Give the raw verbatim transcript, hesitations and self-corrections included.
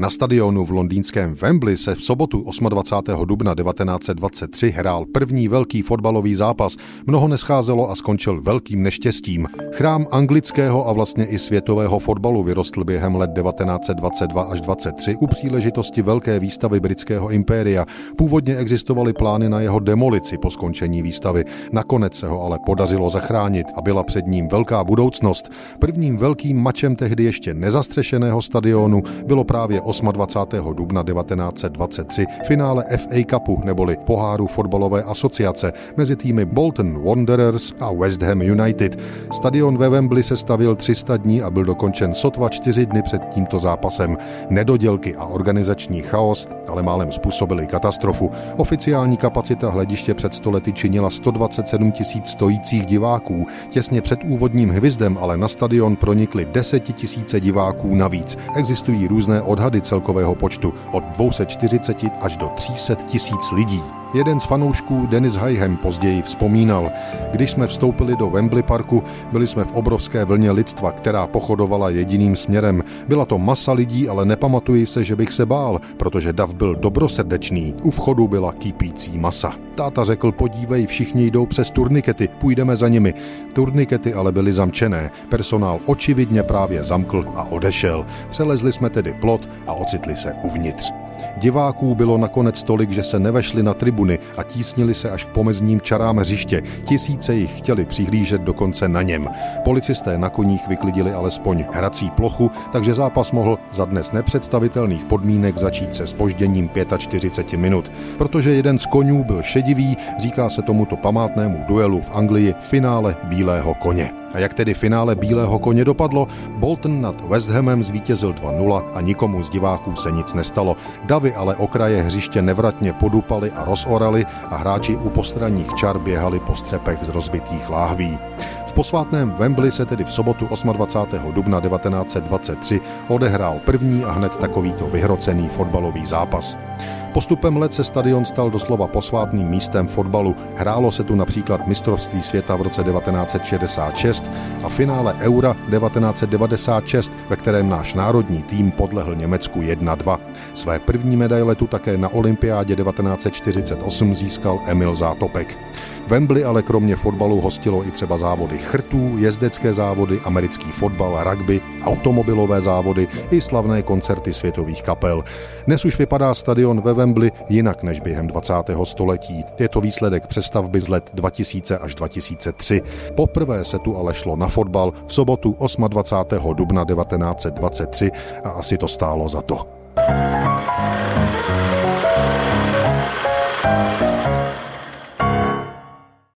Na stadionu v londýnském Wembley se v sobotu dvacátého osmého dubna devatenáct set dvacet tři hrál první velký fotbalový zápas. Mnoho nescházelo a skončil velkým neštěstím. Chrám anglického a vlastně i světového fotbalu vyrostl během let devatenáct set dvacet dva až dvacet tři u příležitosti velké výstavy britského impéria. Původně existovaly plány na jeho demolici po skončení výstavy. Nakonec se ho ale podařilo zachránit a byla před ním velká budoucnost. Prvním velkým mačem tehdy ještě nezastřešeného stadionu bylo právě dvacátého osmého dubna devatenáct set dvacet tři finále F A Cupu neboli poháru fotbalové asociace mezi týmy Bolton Wanderers a West Ham United. Stadion ve Wembley se stavěl tři sta dní a byl dokončen sotva čtyři dny před tímto zápasem. Nedodělky a organizační chaos ale málem způsobily katastrofu. Oficiální kapacita hlediště před sto lety činila sto dvacet sedm tisíc stojících diváků. Těsně před úvodním hvizdem ale na stadion pronikly desetitisíce diváků navíc. Existují různé odhady celkového počtu od dvě stě čtyřicet až do tři sta tisíc lidí. Jeden z fanoušků, Dennis Hyham, později vzpomínal: když jsme vstoupili do Wembley Parku, byli jsme v obrovské vlně lidstva, která pochodovala jediným směrem. Byla to masa lidí, ale nepamatuji se, že bych se bál, protože dav byl dobrosrdečný. U vchodu byla kýpící masa. Táta řekl: podívej, všichni jdou přes turnikety, půjdeme za nimi. Turnikety ale byly zamčené. Personál očividně právě zamkl a odešel. Přelezli jsme tedy plot a ocitli se uvnitř. Diváků bylo nakonec tolik, že se nevešli na tribuny a tísnili se až k pomezním čarám hřiště. Tisíce jich chtěli přihlížet dokonce na něm. Policisté na koních vyklidili alespoň hrací plochu, takže zápas mohl za dnes nepředstavitelných podmínek začít se zpožděním čtyřicet pět minut. Protože jeden z konňů byl šedivý, říká se tomuto památnému duelu v Anglii finále bílého koně. A jak tedy finále bílého koně dopadlo? Bolton nad West Hamem zvítězil dva nula a nikomu z diváků se nic nestalo. Davy ale okraje hřiště nevratně podupaly a rozorali a hráči u postranních čar běhali po střepech z rozbitých láhví. V posvátném Wembley se tedy v sobotu dvacátého osmého dubna devatenáct set dvacet tři odehrál první a hned takovýto vyhrocený fotbalový zápas. Postupem let se stadion stal doslova posvátným místem fotbalu. Hrálo se tu například mistrovství světa v roce devatenáct set šedesát šest a finále Eura devatenáct set devadesát šest, ve kterém náš národní tým podlehl Německu jedna dva. Své první medaile tu také na olympiádě devatenáct set čtyřicet osm získal Emil Zátopek. Wembley ale kromě fotbalu hostilo i třeba závody chrtů, jezdecké závody, americký fotbal, rugby, automobilové závody i slavné koncerty světových kapel. Dnes už vypadá stadion ve Wembley jinak než během dvacátého století. Je to výsledek přestavby z let dva tisíce až dva tisíce tři. Poprvé se tu ale šlo na fotbal v sobotu dvacátého osmého dubna devatenáct set dvacet tři a asi to stálo za to.